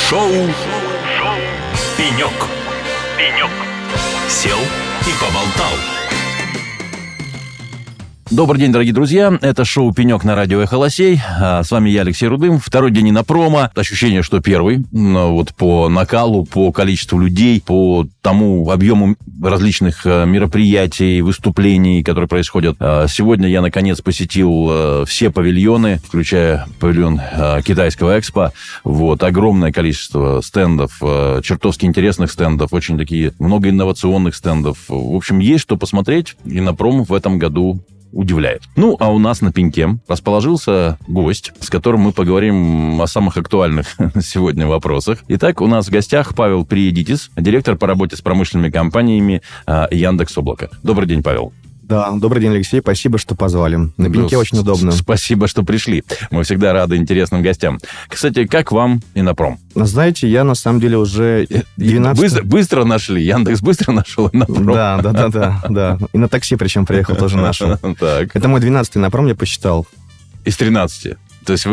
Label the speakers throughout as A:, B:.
A: Шоу «Пенек». Сел и поболтал.
B: Добрый день, дорогие друзья. Это шоу «Пенек» на радио «Эхо Лосей». С вами я, Алексей Рудым. Второй день Иннопрома. Ощущение, что первый. Вот по накалу, по количеству людей, по тому объему различных мероприятий, выступлений, которые происходят. Сегодня я, наконец, посетил все павильоны, включая павильон китайского экспо. Вот. Огромное количество стендов, чертовски интересных стендов, очень такие много инновационных стендов. В общем, есть что посмотреть. Иннопром в этом году удивляет. Ну, а у нас на пеньке расположился гость, с которым мы поговорим о самых актуальных сегодня вопросах. Итак, у нас в гостях Павел Приедитис, директор по работе с промышленными компаниями Яндекс.Облако. Добрый день, Павел.
C: Да, добрый день, Алексей. Спасибо, что позвали. На пеньке очень удобно.
B: Спасибо, что пришли. Мы всегда рады интересным гостям. Кстати, как вам Иннопром?
C: Знаете, я на самом деле уже 12...
B: Быстро нашли. Яндекс быстро нашел Иннопром.
C: Да. И на такси причем приехал, тоже нашел.
B: Так.
C: Это мой 12-й Иннопром, я посчитал.
B: Из 13. То есть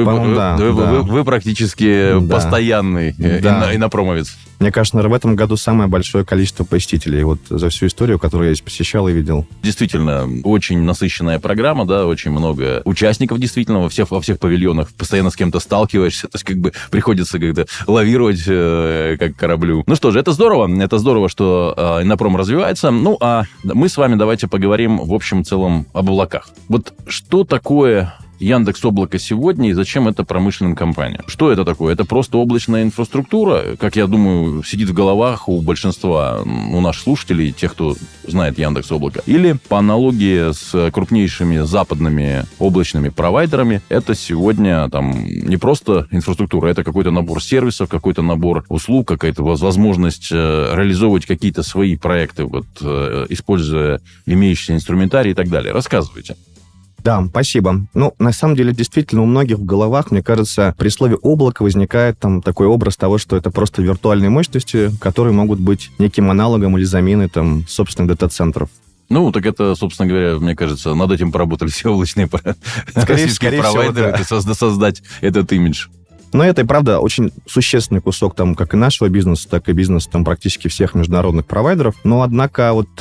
B: вы практически постоянный иннопромовец.
C: Мне кажется, наверное, в этом году самое большое количество посетителей вот за всю историю, которую я здесь посещал и видел.
B: Действительно, очень насыщенная программа, да, очень много участников, действительно, во всех павильонах. Постоянно с кем-то сталкиваешься, то есть как бы приходится как-то лавировать как кораблю. Ну что же, это здорово, что Иннопром развивается. Ну, а мы с вами давайте поговорим в общем целом об облаках. Вот что такое Яндекс.Облако сегодня и зачем это промышленным компаниям? Что это такое? Это просто облачная инфраструктура, как я думаю, сидит в головах у большинства, у наших слушателей, тех, кто знает Яндекс.Облако. Или по аналогии с крупнейшими западными облачными провайдерами, это сегодня там не просто инфраструктура, это какой-то набор сервисов, какой-то набор услуг, какая-то возможность реализовывать какие-то свои проекты, вот, используя имеющийся инструментарий и так далее. Рассказывайте.
C: Да, спасибо. Ну, на самом деле, действительно, у многих в головах, мне кажется, при слове «облако» возникает там такой образ того, что это просто виртуальные мощности, которые могут быть неким аналогом или заменой там собственных дата-центров.
B: Ну, так это, собственно говоря, мне кажется, над этим поработали все облачные российские провайдеры, создать этот имидж.
C: Но это и правда очень существенный кусок там как и нашего бизнеса, так и бизнеса там практически всех международных провайдеров. Но, однако, вот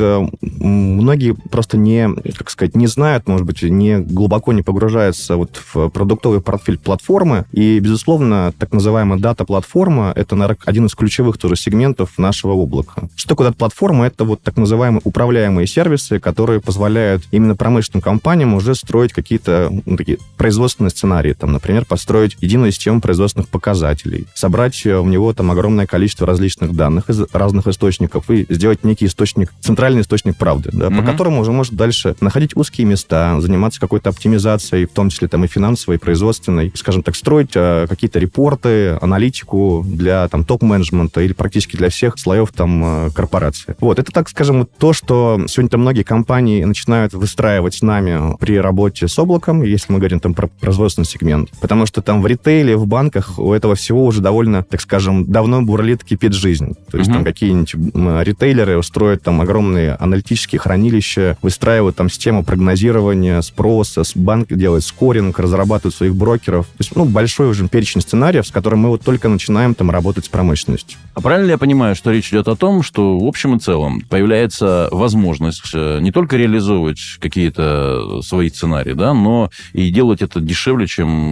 C: многие просто не знают, может быть, глубоко не погружаются вот в продуктовый портфель платформы. И, безусловно, так называемая дата-платформа — это, наверное, один из ключевых тоже сегментов нашего облака. Что такое дата-платформа? Это вот так называемые управляемые сервисы, которые позволяют именно промышленным компаниям уже строить какие-то такие производственные сценарии. Там, например, построить единую систему производственных показателей, собрать в него там огромное количество различных данных из разных источников и сделать некий центральный источник правды, да, по которому уже может дальше находить узкие места, заниматься какой-то оптимизацией, в том числе там и финансовой, и производственной, скажем так, строить какие-то репорты, аналитику для там топ-менеджмента или практически для всех слоев там корпорации. Вот, это, так скажем, то, что сегодня многие компании начинают выстраивать с нами при работе с облаком, если мы говорим там про производственный сегмент, потому что там в ритейле, в банках у этого всего уже довольно, так скажем, давно бурлит, кипит жизнь. То есть там какие-нибудь ритейлеры устроят там огромные аналитические хранилища, выстраивают там систему прогнозирования спроса, банк делает скоринг, разрабатывают своих брокеров. То есть, большой уже перечень сценариев, с которым мы вот только начинаем там работать с промышленностью.
B: А правильно ли я понимаю, что речь идет о том, что в общем и целом появляется возможность не только реализовывать какие-то свои сценарии, да, но и делать это дешевле,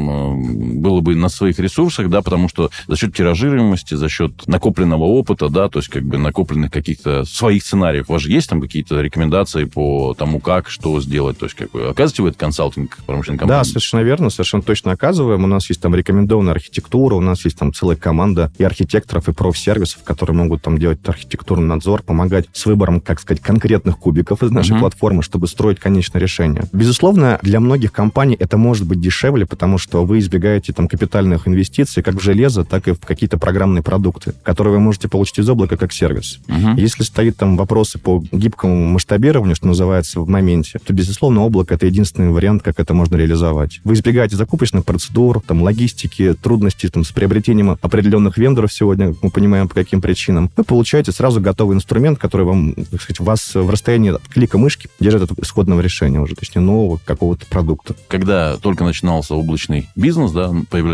B: чем было бы на своих ресурсах, да, потому что за счет тиражируемости, за счет накопленного опыта, да, то есть как бы накопленных каких-то своих сценариев. У вас же есть там какие-то рекомендации по тому, как, что сделать? То есть как бы оказываете вы этот консалтинг промышленной компании?
C: Да, совершенно верно, совершенно точно оказываем. У нас есть там рекомендованная архитектура, у нас есть там целая команда и архитекторов, и профсервисов, которые могут там делать архитектурный надзор, помогать с выбором, как сказать, конкретных кубиков из нашей платформы, чтобы строить конечное решение. Безусловно, для многих компаний это может быть дешевле, потому что вы избегаете там капитальных инвестиций как в железо, так и в какие-то программные продукты, которые вы можете получить из облака как сервис. Если стоит там вопросы по гибкому масштабированию, что называется, в моменте, то, безусловно, облако — это единственный вариант, как это можно реализовать. Вы избегаете закупочных процедур, там, логистики, трудностей там, с приобретением определенных вендоров сегодня, мы понимаем, по каким причинам. Вы получаете сразу готовый инструмент, который вам, так сказать, вас в расстоянии от клика мышки держит от исходного решения уже, точнее, нового какого-то продукта.
B: Когда только начинался облачный бизнес, да, появлялись облачные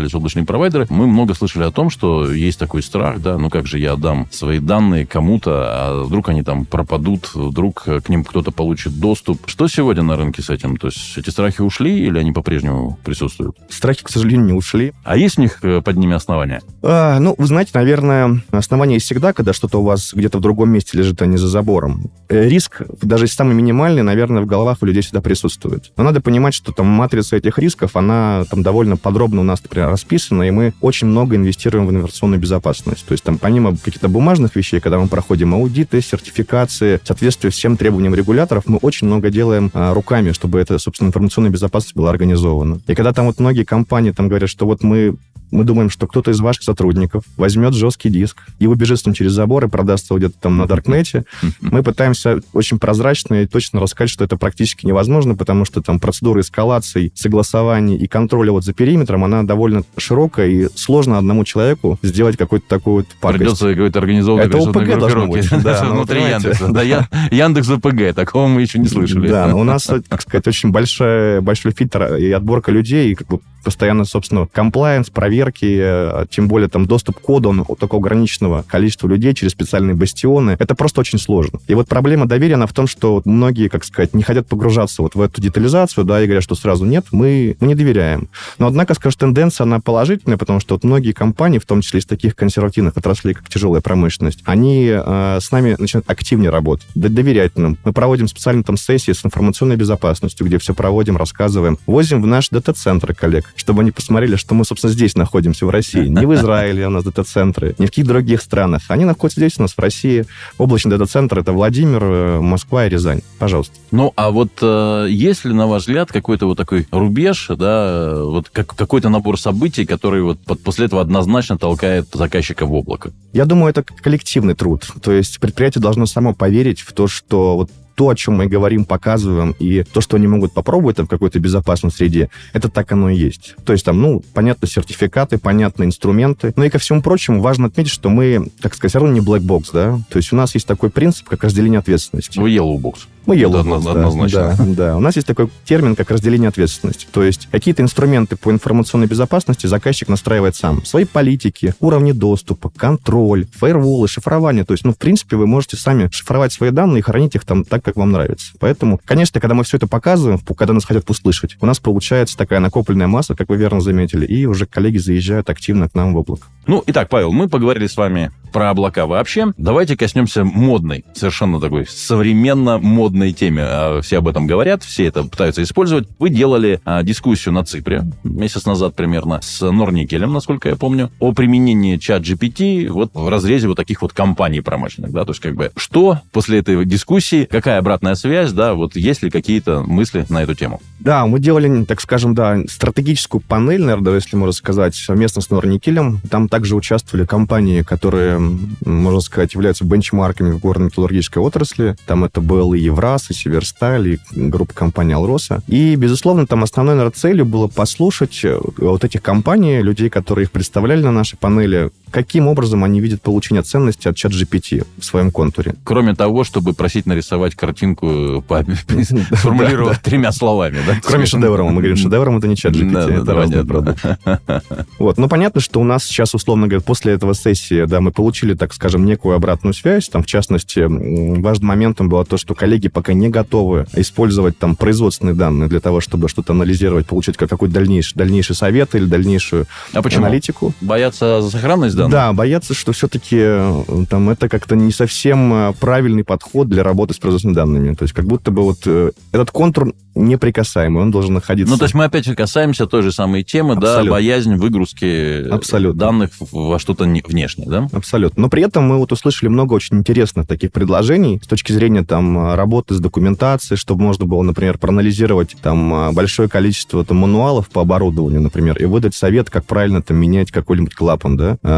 B: провайдеры, мы много слышали о том, что есть такой страх, да, ну как же я отдам свои данные кому-то, а вдруг они там пропадут, вдруг к ним кто-то получит доступ. Что сегодня на рынке с этим? То есть эти страхи ушли или они по-прежнему присутствуют?
C: Страхи, к сожалению, не ушли.
B: А есть у них под ними основания?
C: Вы знаете, наверное, основания есть всегда, когда что-то у вас где-то в другом месте лежит, а не за забором. Риск, даже самый минимальный, наверное, в головах у людей всегда присутствует. Но надо понимать, что там матрица этих рисков, она там довольно подробно у нас, например, расписана, и мы очень много инвестируем в информационную безопасность. То есть там помимо каких-то бумажных вещей, когда мы проходим аудиты, сертификации, соответствие всем требованиям регуляторов, мы очень много делаем руками, чтобы эта, собственно, информационная безопасность была организована. И когда там вот многие компании там говорят, что вот мы думаем, что кто-то из ваших сотрудников возьмет жесткий диск и убежит с ним через забор и продаст его где-то там на Даркнете. Мы пытаемся очень прозрачно и точно рассказать, что это практически невозможно, потому что там процедура эскалации, согласования и контроля вот за периметром, она довольно широкая, и сложно одному человеку сделать какой-то такой вот пакость.
B: Придется какой-то организованной преступной группировки.
C: Да,
B: внутри Яндекса. Да, Яндекс АПГ, такого мы еще не слышали.
C: Да, у нас, так сказать, очень большой фильтр и отборка людей, и как бы постоянно, собственно, комплаенс, проверки, тем более там доступ к коду, он у такого ограниченного количества людей через специальные бастионы. Это просто очень сложно. И вот проблема доверия, она в том, что многие, как сказать, не хотят погружаться вот в эту детализацию, да, и говорят, что сразу нет, мы не доверяем. Но, однако, скажем, тенденция, она положительная, потому что вот многие компании, в том числе из таких консервативных отраслей, как тяжелая промышленность, они с нами начинают активнее работать, доверять нам. Мы проводим специальные там сессии с информационной безопасностью, где все проводим, рассказываем. Возим в наш дата-центр коллег, чтобы они посмотрели, что мы, собственно, здесь находимся, в России. Не в Израиле у нас дата-центры, ни в каких других странах. Они находятся здесь у нас, в России. Облачный дата-центр — это Владимир, Москва и Рязань. Пожалуйста.
B: Ну, а вот есть ли, на ваш взгляд, какой-то вот такой рубеж, да, вот какой-то набор событий, который вот после этого однозначно толкает заказчика в облако?
C: Я думаю, это коллективный труд. То есть предприятие должно само поверить в то, что вот то, о чем мы говорим, показываем, и то, что они могут попробовать там, в какой-то безопасной среде, это так оно и есть. То есть там, понятно, сертификаты, понятно, инструменты. Но и ко всему прочему важно отметить, что мы, так сказать, все равно не black box, да? То есть у нас есть такой принцип, как разделение ответственности.
B: Вы yellow box.
C: Мы yellow box,
B: да, однозначно.
C: Да. У нас есть такой термин, как разделение ответственности. То есть какие-то инструменты по информационной безопасности заказчик настраивает сам. Свои политики, уровни доступа, контроль, фаерволы, шифрование. То есть, в принципе, вы можете сами шифровать свои данные и хранить их там так, как вам нравится. Поэтому, конечно, когда мы все это показываем, когда нас хотят услышать, у нас получается такая накопленная масса, как вы верно заметили, и уже коллеги заезжают активно к нам в облако.
B: Итак, Павел, мы поговорили с вами про облака вообще. Давайте коснемся модной, совершенно такой современно модной теме. Все об этом говорят, все это пытаются использовать. Вы делали дискуссию на Ципре месяц назад примерно с Норникелем, насколько я помню, о применении ChatGPT вот в разрезе вот таких вот компаний промышленных, да, то есть что после этой дискуссии, какая обратная связь, да, вот есть ли какие-то мысли на эту тему?
C: Да, мы делали, так скажем, стратегическую панель, наверное, если можно сказать, совместно с Норникелем. Там также участвовали компании, которые, можно сказать, являются бенчмарками в горно-металлургической отрасли. Там это был и Евраз, и Северсталь, и группа компаний Алроса. И, безусловно, там основной, наверное, целью было послушать вот этих компаний, людей, которые их представляли на нашей панели, каким образом они видят получение ценности от ChatGPT в своем контуре.
B: Кроме того, чтобы просить нарисовать картинку, сформулировав тремя словами, да?
C: Кроме шедевром. Мы говорим, шедевром это не ChatGPT, это разные продукты. Понятно, что у нас сейчас, условно говоря, после этого сессии, да, мы получили, так скажем, некую обратную связь. Там, в частности, важным моментом было то, что коллеги пока не готовы использовать там производственные данные для того, чтобы что-то анализировать, получить какой-то дальнейший совет или дальнейшую аналитику.
B: Боятся за сохранность данных?
C: Да, боятся, что все-таки там это как-то не совсем правильный подход для работы с производственными данными. То есть как будто бы вот этот контур неприкасаемый, он должен находиться...
B: То есть мы опять касаемся той же самой темы, абсолютно, да, боязнь выгрузки данных во что-то внешнее, да?
C: Абсолютно. Но при этом мы вот услышали много очень интересных таких предложений с точки зрения там работы с документацией, чтобы можно было, например, проанализировать там большое количество там мануалов по оборудованию, например, и выдать совет, как правильно там менять какой-нибудь клапан, да,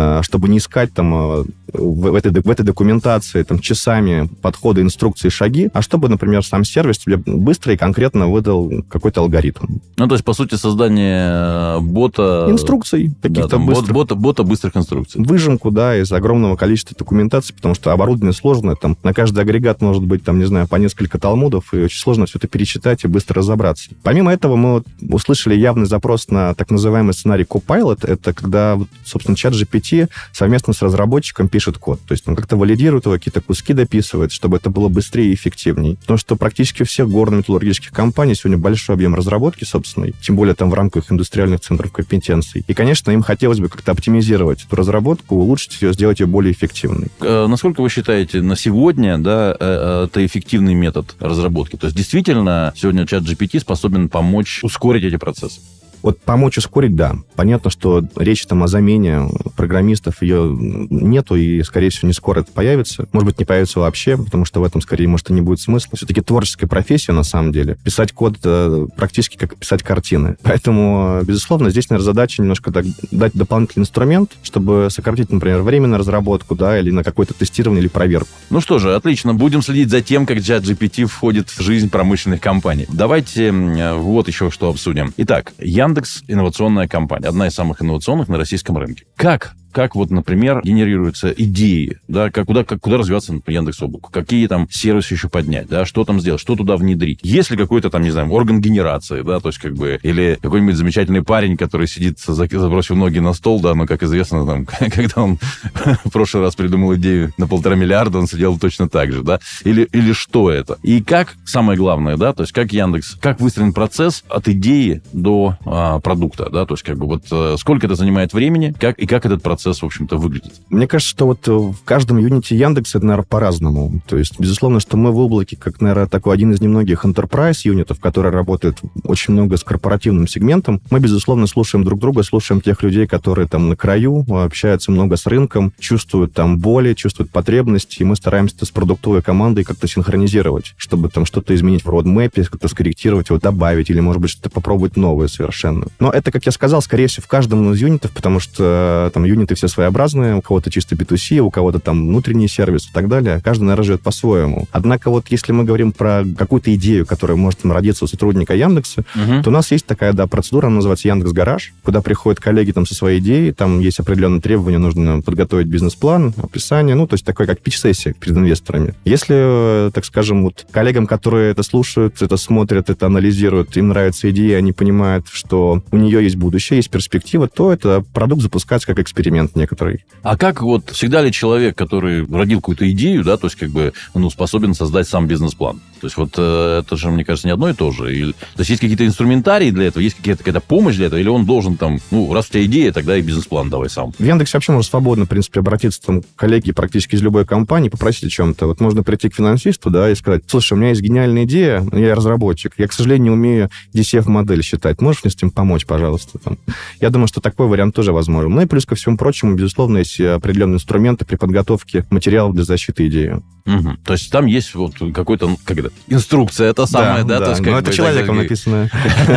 C: чтобы не искать там в этой документации там часами подходы, инструкции, шаги, а чтобы, например, сам сервис тебе быстро и конкретно выдал какой-то алгоритм.
B: Ну, то есть, по сути, создание бота...
C: Инструкций каких-то быстрых.
B: Бота быстрых инструкций.
C: Выжимку, да, из огромного количества документации, потому что оборудование сложное, там на каждый агрегат может быть, там, не знаю, по несколько талмудов, и очень сложно все это перечитать и быстро разобраться. Помимо этого, мы услышали явный запрос на так называемый сценарий Copilot. Это когда, собственно, ChatGPT совместно с разработчиком пишет код. То есть он как-то валидирует его, какие-то куски дописывает, чтобы это было быстрее и эффективнее. Потому что практически у всех горно-металлургических компаний сегодня большой объем разработки собственной, тем более там в рамках индустриальных центров компетенций. И, конечно, им хотелось бы как-то оптимизировать эту разработку, улучшить ее, сделать ее более эффективной.
B: Насколько вы считаете, на сегодня, да, это эффективный метод разработки? То есть, действительно, сегодня ChatGPT способен помочь ускорить эти процессы?
C: Вот помочь ускорить, да. Понятно, что речь там о замене программистов, ее нету, и, скорее всего, не скоро это появится. Может быть, не появится вообще, потому что в этом, скорее, может, и не будет смысла. Все-таки творческая профессия, на самом деле. Писать код практически как писать картины. Поэтому, безусловно, здесь, наверное, задача немножко дать дополнительный инструмент, чтобы сократить, например, время на разработку, да, или на какое-то тестирование или проверку.
B: Ну что же, отлично. Будем следить за тем, как ChatGPT входит в жизнь промышленных компаний. Давайте вот еще что обсудим. Итак, Яндекс — инновационная компания, одна из самых инновационных на российском рынке. Как вот, например, генерируются идеи, да, куда развиваться, например, Яндекс.Облаку, какие там сервисы еще поднять, да, что там сделать, что туда внедрить. Есть ли какой-то там, не знаю, орган генерации, да, то есть как бы, или какой-нибудь замечательный парень, который сидит, забросив ноги на стол, да, но, как известно, там, когда он в прошлый раз придумал идею на 1,5 миллиарда, он сидел точно так же, да, или что это. И как, самое главное, да, то есть как Яндекс, как выстроен процесс от идеи до продукта, да, то есть как бы вот сколько это занимает времени, как этот процесс, в общем-то, выглядит?
C: Мне кажется, что вот в каждом юните Яндекса это, наверное, по-разному. То есть, безусловно, что мы в облаке, как, наверное, такой один из немногих enterprise юнитов, который работает очень много с корпоративным сегментом, мы, безусловно, слушаем друг друга, слушаем тех людей, которые там на краю, общаются много с рынком, чувствуют там боли, чувствуют потребности, и мы стараемся это с продуктовой командой как-то синхронизировать, чтобы там что-то изменить в родмэпе, как-то скорректировать его, добавить, или, может быть, что-то попробовать новое совершенно. Но это, как я сказал, скорее всего, в каждом из юнитов, потому что там юниты все своеобразные, у кого-то чисто B2C, у кого-то там внутренний сервис и так далее. Каждый, наверное, живет по-своему. Однако вот если мы говорим про какую-то идею, которая может там родиться у сотрудника Яндекса, то у нас есть такая, да, процедура, она называется Яндекс.Гараж, куда приходят коллеги там со своей идеей, там есть определенные требования, нужно подготовить бизнес-план, описание, ну, то есть такой как питч-сессия перед инвесторами. Если, так скажем, вот коллегам, которые это слушают, это смотрят, это анализируют, им нравится идея, они понимают, что у нее есть будущее, есть перспектива, то это продукт запускается как эксперимент некоторый.
B: А как вот всегда ли человек, который родил какую-то идею, да, то есть как бы, ну, способен создать сам бизнес-план? То есть вот это же, мне кажется, не одно и то же. То есть есть какие-то инструментарии для этого, есть какая-то помощь для этого, или он должен там, ну, раз у тебя идея, тогда и бизнес-план давай сам.
C: В Яндексе вообще можно свободно, в принципе, обратиться там к коллеге практически из любой компании, попросить о чем-то. Вот можно прийти к финансисту, да, и сказать: слушай, у меня есть гениальная идея, я разработчик, я, к сожалению, не умею DCF-модель считать, можешь мне с этим помочь, пожалуйста? Там. Я думаю, что такой вариант тоже возможен. Ну и плюс ко всему прочему, безусловно, есть определенные инструменты при подготовке материалов для защиты идеи.
B: Угу. То есть там есть вот какой-то, как это, инструкция, это самое, да? То есть,
C: но это человеком написано.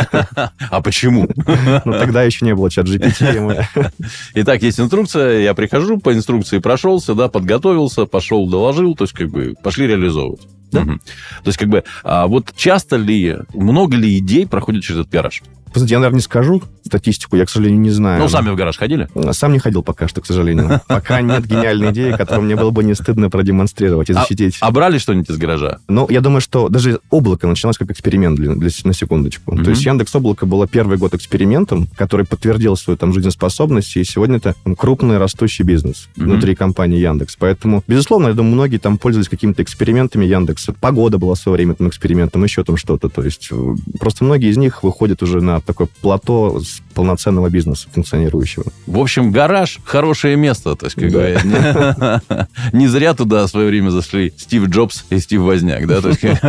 B: А почему?
C: Ну, тогда еще не было ChatGPT.
B: Итак, есть инструкция, я прихожу, по инструкции прошелся, да, подготовился, пошел, доложил, то есть как бы пошли реализовывать. Да? Угу. То есть как бы, вот часто ли, много ли идей проходит через этот гараж?
C: Я, наверное, не скажу статистику, я, к сожалению, не знаю.
B: Ну, сами в гараж ходили?
C: Сам не ходил пока что, к сожалению. Пока нет гениальной идеи, которую мне было бы не стыдно продемонстрировать и защитить.
B: А брали что-нибудь из гаража?
C: Ну, я думаю, что даже облако начиналось как эксперимент, на секундочку. То есть Яндекс.Облако было первый год экспериментом, который подтвердил свою там жизнеспособность, и сегодня это крупный растущий бизнес внутри компании Яндекс. Поэтому, безусловно, я думаю, многие там пользовались какими-то экспериментами Яндекса. Погода была в свое время там экспериментом, еще там что-то. То есть просто многие из них выходят уже на такое плато с полноценного бизнеса функционирующего.
B: В общем, гараж — хорошее место, то есть, как бы, не зря туда в свое время зашли Стив Джобс и Стив Возняк, да?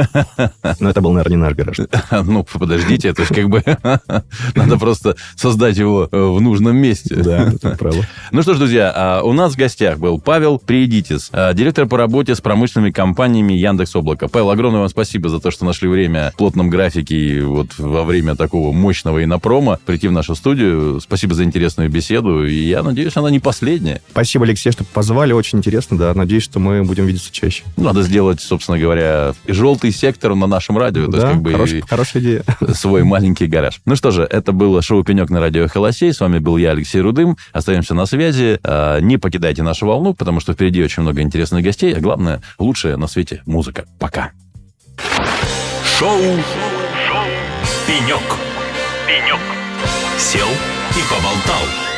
C: Но это был, наверное, не наш гараж.
B: Ну, подождите, то есть, как бы, надо просто создать его в нужном месте.
C: Да, это правда.
B: Ну что ж, друзья, у нас в гостях был Павел Приедитис, директор по работе с промышленными компаниями Яндекс.Облако. Павел, огромное вам спасибо за то, что нашли время в плотном графике и вот во время такого мощного мощного инопрома прийти в нашу студию. Спасибо за интересную беседу, и я надеюсь, она не последняя.
C: Спасибо, Алексей, что позвали. Очень интересно, да. Надеюсь, что мы будем видеться чаще.
B: Надо сделать, собственно говоря, желтый сектор на нашем радио.
C: Да,
B: то есть, как бы
C: хорошая идея.
B: Свой маленький гараж. Ну что же, это было шоу «Пенек» на радио «Холосей». С вами был я, Алексей Рудым. Остаемся на связи. Не покидайте нашу волну, потому что впереди очень много интересных гостей, а главное, лучшая на свете музыка. Пока.
A: Шоу «Пенек». Сел и поболтал.